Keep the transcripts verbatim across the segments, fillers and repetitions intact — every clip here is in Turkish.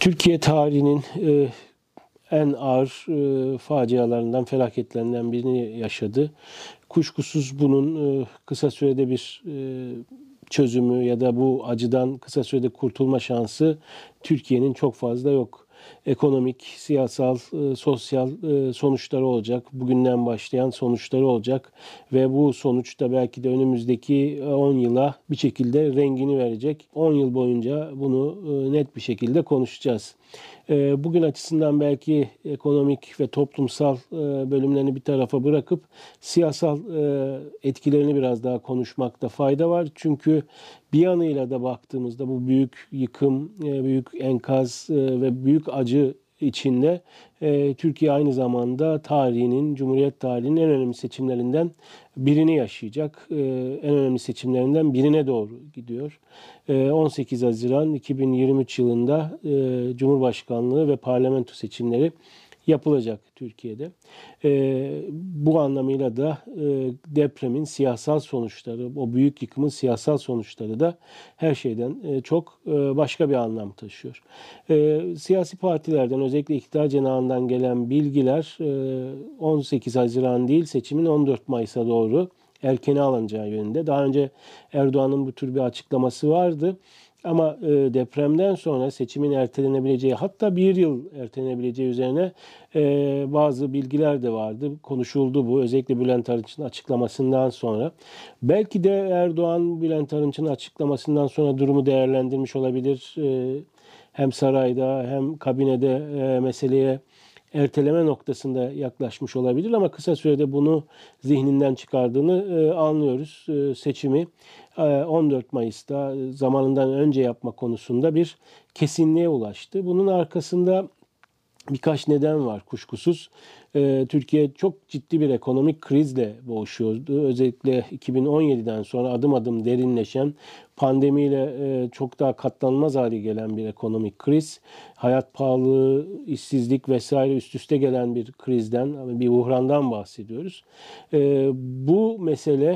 Türkiye tarihinin e, en ağır e, facialarından, felaketlerinden birini yaşadı. Kuşkusuz bunun e, kısa sürede bir e, çözümü ya da bu acıdan kısa sürede kurtulma şansı Türkiye'nin çok fazla yok. Ekonomik, siyasal, e, sosyal e, sonuçları olacak. Bugünden başlayan sonuçları olacak ve bu sonuçta belki de önümüzdeki on yıla bir şekilde rengini verecek. on yıl boyunca bunu e, net bir şekilde konuşacağız. E, Bugün açısından belki ekonomik ve toplumsal e, bölümlerini bir tarafa bırakıp siyasal e, etkilerini biraz daha konuşmakta fayda var. Çünkü bir yanıyla da baktığımızda bu büyük yıkım, e, büyük enkaz e, ve büyük acı içinde e, Türkiye aynı zamanda tarihinin, Cumhuriyet tarihinin en önemli seçimlerinden birini yaşayacak. E, en önemli seçimlerinden birine doğru gidiyor. E, on sekiz Haziran iki bin yirmi üç yılında e, Cumhurbaşkanlığı ve parlamento seçimleri yapılacak Türkiye'de. E, bu anlamıyla da e, depremin siyasal sonuçları, o büyük yıkımın siyasal sonuçları da her şeyden e, çok e, başka bir anlam taşıyor. E, siyasi partilerden, özellikle iktidar cenahından gelen bilgiler e, on sekiz Haziran değil, seçimin on dört Mayıs'a doğru erkene alınacağı yönünde. Daha önce Erdoğan'ın bu tür bir açıklaması vardı. Ama e, depremden sonra seçimin ertelenebileceği, hatta bir yıl ertelenebileceği üzerine e, bazı bilgiler de vardı. Konuşuldu bu, özellikle Bülent Arınç'ın açıklamasından sonra. Belki de Erdoğan Bülent Arınç'ın açıklamasından sonra durumu değerlendirmiş olabilir. E, hem sarayda hem kabinede e, meseleye erteleme noktasında yaklaşmış olabilir ama kısa sürede bunu zihninden çıkardığını e, anlıyoruz. E, seçimi e, on dört Mayıs'ta zamanından önce yapma konusunda bir kesinliğe ulaştı. Bunun arkasında birkaç neden var kuşkusuz. Ee, Türkiye çok ciddi bir ekonomik krizle boğuşuyordu. Özellikle iki bin on yediden sonra adım adım derinleşen, pandemiyle e, çok daha katlanılmaz hale gelen bir ekonomik kriz. Hayat pahalılığı, işsizlik vesaire üst üste gelen bir krizden, bir buhrandan bahsediyoruz. Ee, bu mesele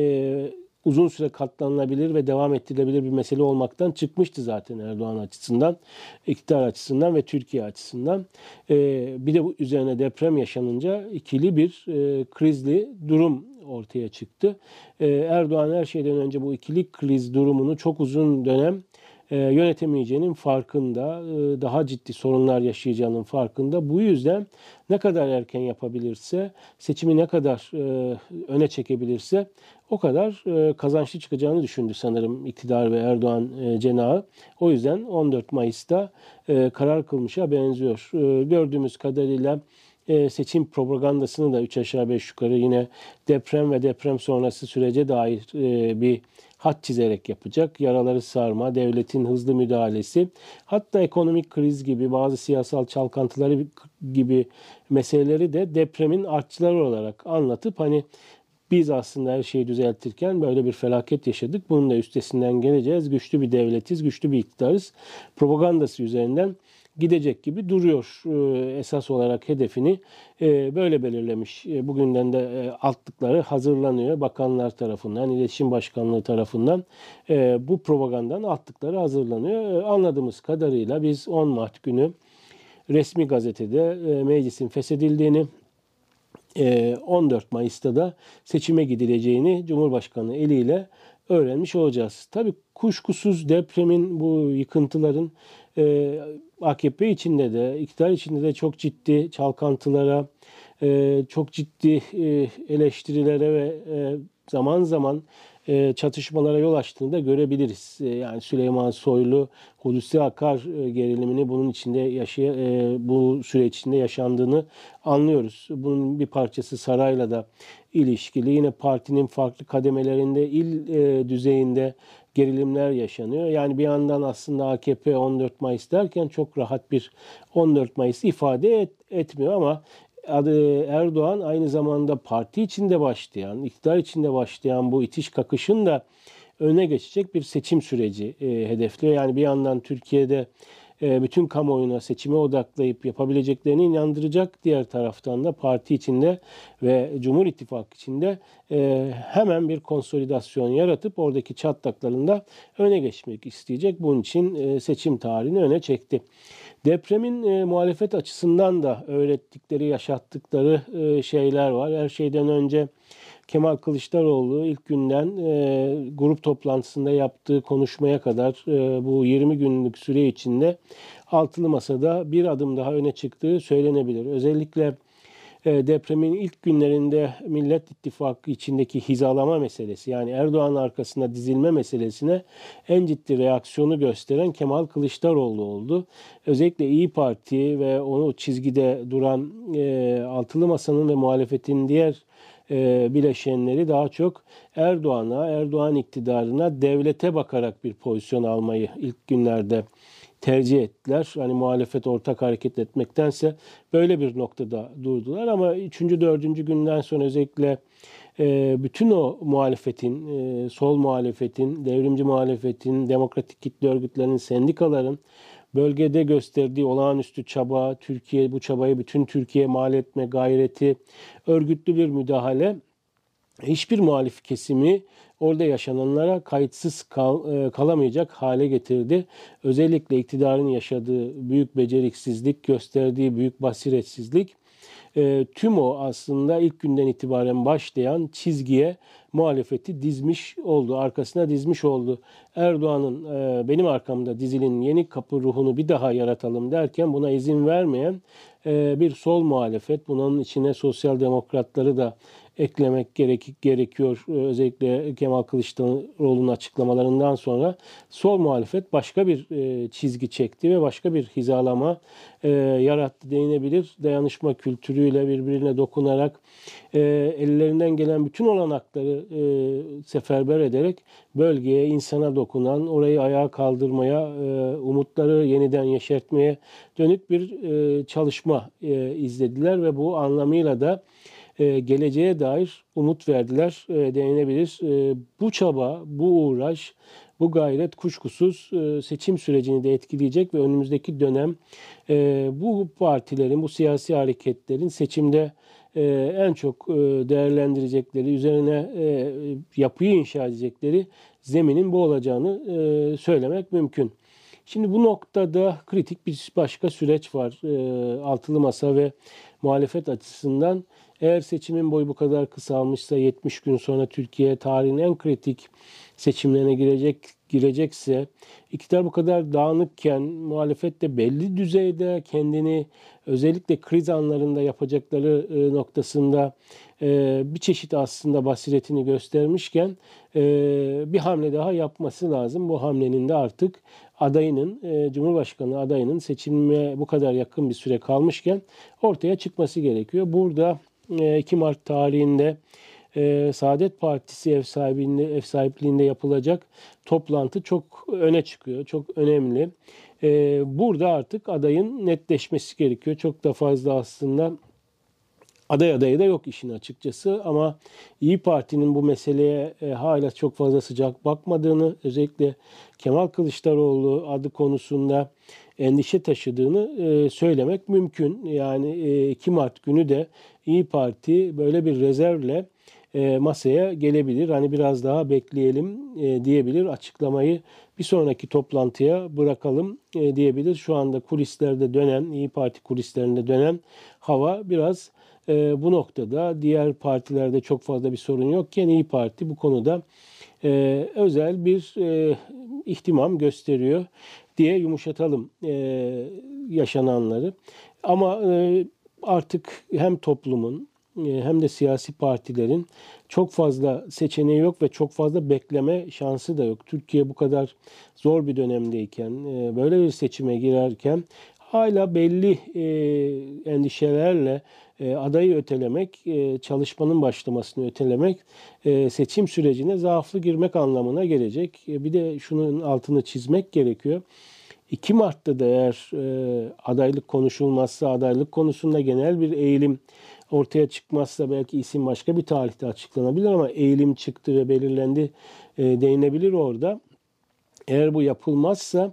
e, uzun süre katlanılabilir ve devam ettirilebilir bir mesele olmaktan çıkmıştı zaten Erdoğan açısından, iktidar açısından ve Türkiye açısından. Ee, bir de bu üzerine deprem yaşanınca ikili bir e, krizli durum ortaya çıktı. Ee, Erdoğan her şeyden önce bu ikili kriz durumunu çok uzun dönem e, yönetemeyeceğinin farkında, e, daha ciddi sorunlar yaşayacağının farkında. Bu yüzden ne kadar erken yapabilirse, seçimi ne kadar e, öne çekebilirse o kadar e, kazançlı çıkacağını düşündü sanırım iktidar ve Erdoğan e, cenahı. O yüzden on dört Mayıs'ta e, karar kılmışa benziyor. E, gördüğümüz kadarıyla e, seçim propagandasını da üç aşağı beş yukarı yine deprem ve deprem sonrası sürece dair e, bir hat çizerek yapacak. Yaraları sarma, devletin hızlı müdahalesi, hatta ekonomik kriz gibi bazı siyasal çalkantıları gibi meseleleri de depremin artçıları olarak anlatıp hani biz aslında her şeyi düzeltirken böyle bir felaket yaşadık. Bunun da üstesinden geleceğiz. Güçlü bir devletiz, güçlü bir iktidarız. Propagandası üzerinden gidecek gibi duruyor. Esas olarak hedefini böyle belirlemiş. Bugünden de altlıkları hazırlanıyor. Bakanlar tarafından, İletişim Başkanlığı tarafından bu propagandanın altlıkları hazırlanıyor. Anladığımız kadarıyla biz on Mart günü resmi gazetede meclisin feshedildiğini, on dört Mayıs'ta da seçime gidileceğini Cumhurbaşkanı eliyle öğrenmiş olacağız. Tabii kuşkusuz depremin, bu yıkıntıların A K P içinde de, iktidar içinde de çok ciddi çalkantılara, çok ciddi eleştirilere ve zaman zaman çatışmalara yol açtığını da görebiliriz. Yani Süleyman Soylu, Hulusi Akar gerilimini bunun içinde yaşay bu süreç içinde yaşandığını anlıyoruz. Bunun bir parçası sarayla da ilişkili. Yine partinin farklı kademelerinde, il düzeyinde gerilimler yaşanıyor. Yani bir yandan aslında A K P on dört Mayıs derken çok rahat bir on dört Mayıs ifade et, etmiyor ama Erdoğan aynı zamanda parti içinde başlayan, iktidar içinde başlayan bu itiş kakışın da öne geçecek bir seçim süreci e, hedefliyor. Yani bir yandan Türkiye'de e, bütün kamuoyuna seçime odaklayıp yapabileceklerini inandıracak. Diğer taraftan da parti içinde ve Cumhur İttifakı içinde e, hemen bir konsolidasyon yaratıp oradaki çatlaklarında öne geçmek isteyecek. Bunun için e, seçim tarihini öne çekti. Depremin e, muhalefet açısından da öğrettikleri, yaşattıkları e, şeyler var. Her şeyden önce Kemal Kılıçdaroğlu ilk günden e, grup toplantısında yaptığı konuşmaya kadar e, bu yirmi günlük süre içinde altılı masada bir adım daha öne çıktığı söylenebilir. Özellikle e, depremin ilk günlerinde Millet İttifakı içindeki hizalama meselesi, yani Erdoğan'ın arkasında dizilme meselesine en ciddi reaksiyonu gösteren Kemal Kılıçdaroğlu oldu. Özellikle İyi Parti ve onu çizgide duran e, altılı masanın ve muhalefetin diğer e, bileşenleri daha çok Erdoğan'a, Erdoğan iktidarına, devlete bakarak bir pozisyon almayı ilk günlerde tercih ettiler. Hani muhalefet ortak hareket etmektense böyle bir noktada durdular. Ama üçüncü, dördüncü günden sonra özellikle e, bütün o muhalefetin, e, sol muhalefetin, devrimci muhalefetin, demokratik kitle örgütlerinin, sendikaların bölgede gösterdiği olağanüstü çaba, Türkiye bu çabayı bütün Türkiye'ye mal etme gayreti, örgütlü bir müdahale, hiçbir muhalif kesimi orada yaşananlara kayıtsız kal, e, kalamayacak hale getirdi. Özellikle iktidarın yaşadığı büyük beceriksizlik, gösterdiği büyük basiretsizlik, e, tüm o aslında ilk günden itibaren başlayan çizgiye muhalefeti dizmiş oldu, arkasına dizmiş oldu. Erdoğan'ın e, benim arkamda dizilin yeni kapı ruhunu bir daha yaratalım derken buna izin vermeyen e, bir sol muhalefet, bunun içine sosyal demokratları da eklemek gerek, gerekiyor. Özellikle Kemal Kılıçdaroğlu'nun açıklamalarından sonra sol muhalefet başka bir e, çizgi çekti ve başka bir hizalama e, yarattı denilebilir. Dayanışma kültürüyle birbirine dokunarak e, ellerinden gelen bütün olanakları e, seferber ederek bölgeye, insana dokunan, orayı ayağa kaldırmaya, e, umutları yeniden yeşertmeye dönük bir e, çalışma e, izlediler ve bu anlamıyla da e, geleceğe dair umut verdiler e, denilebilir. E, bu çaba, bu uğraş, bu gayret kuşkusuz e, seçim sürecini de etkileyecek ve önümüzdeki dönem e, bu partilerin, bu siyasi hareketlerin seçimde e, en çok e, değerlendirecekleri, üzerine e, yapıyı inşa edecekleri zeminin bu olacağını e, söylemek mümkün. Şimdi bu noktada kritik bir başka süreç var. E, altılı masa ve muhalefet açısından. Eğer seçimin boyu bu kadar kısalmışsa, yetmiş gün sonra Türkiye tarihin en kritik seçimlerine girecek girecekse, iktidar bu kadar dağınıkken muhalefet de belli düzeyde kendini özellikle kriz anlarında yapacakları e, noktasında e, bir çeşit aslında basiretini göstermişken e, bir hamle daha yapması lazım. Bu hamlenin de artık adayının, e, Cumhurbaşkanı adayının seçilmeye bu kadar yakın bir süre kalmışken ortaya çıkması gerekiyor. Burada iki Mart tarihinde e, Saadet Partisi ev sahipliğinde, ev sahipliğinde yapılacak toplantı çok öne çıkıyor. Çok önemli. E, burada artık adayın netleşmesi gerekiyor. Çok da fazla aslında aday adayı da yok işin açıkçası, ama İyi Parti'nin bu meseleye e, hala çok fazla sıcak bakmadığını, özellikle Kemal Kılıçdaroğlu adı konusunda endişe taşıdığını e, söylemek mümkün. Yani e, iki Mart günü de İyi Parti böyle bir rezervle e, masaya gelebilir. Hani biraz daha bekleyelim e, diyebilir. Açıklamayı bir sonraki toplantıya bırakalım e, diyebilir. Şu anda kulislerde dönen, İyi Parti kulislerinde dönen hava biraz e, bu noktada. Diğer partilerde çok fazla bir sorun yokken İyi Parti bu konuda e, özel bir e, ihtimam gösteriyor diye yumuşatalım e, yaşananları. Ama e, artık hem toplumun e, hem de siyasi partilerin çok fazla seçeneği yok ve çok fazla bekleme şansı da yok. Türkiye bu kadar zor bir dönemdeyken, e, böyle bir seçime girerken hala belli e, endişelerle e, adayı ötelemek, e, çalışmanın başlamasını ötelemek, e, seçim sürecine zaaflı girmek anlamına gelecek. E, bir de şunun altını çizmek gerekiyor. iki Mart'ta da eğer e, adaylık konuşulmazsa, adaylık konusunda genel bir eğilim ortaya çıkmazsa, belki isim başka bir tarihte açıklanabilir ama eğilim çıktı ve belirlendi e, denilebilir orada. Eğer bu yapılmazsa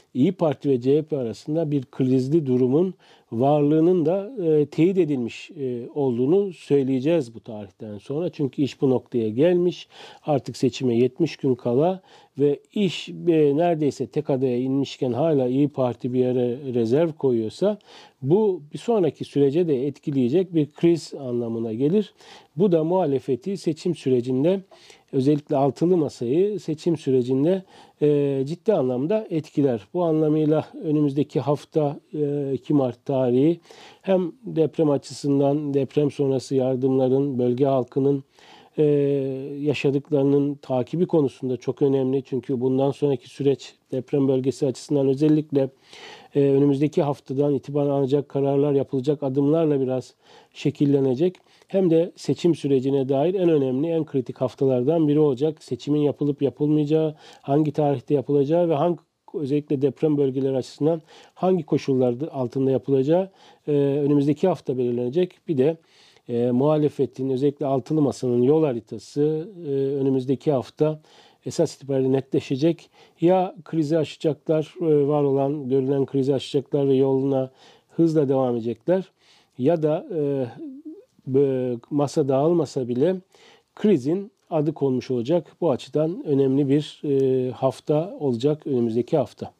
İyi Parti ve C H P arasında bir krizli durumun varlığının da e, teyit edilmiş e, olduğunu söyleyeceğiz bu tarihten sonra. Çünkü iş bu noktaya gelmiş. Artık seçime yetmiş gün kala ve iş e, neredeyse tek adaya inmişken hala İyi Parti bir yere rezerv koyuyorsa bu bir sonraki sürece de etkileyecek bir kriz anlamına gelir. Bu da muhalefeti seçim sürecinde, özellikle altılı masayı seçim sürecinde e, ciddi anlamda etkiler. Bu anlamıyla önümüzdeki hafta e, iki Mart tarihi hem deprem açısından deprem sonrası yardımların, bölge halkının e, yaşadıklarının takibi konusunda çok önemli. Çünkü bundan sonraki süreç deprem bölgesi açısından özellikle e, önümüzdeki haftadan itibaren alınacak kararlar, yapılacak adımlarla biraz şekillenecek. Hem de seçim sürecine dair en önemli, en kritik haftalardan biri olacak. Seçimin yapılıp yapılmayacağı, hangi tarihte yapılacağı ve hangi özellikle deprem bölgeleri açısından hangi koşullar altında yapılacağı e, önümüzdeki hafta belirlenecek. Bir de e, muhalefetin, özellikle altılı masanın yol haritası e, önümüzdeki hafta esas itibariyle netleşecek. Ya krizi aşacaklar, e, var olan görülen krizi aşacaklar ve yoluna hızla devam edecekler. Ya da e, masa dağılmasa bile krizin adı konmuş olacak. Bu açıdan önemli bir hafta olacak önümüzdeki hafta.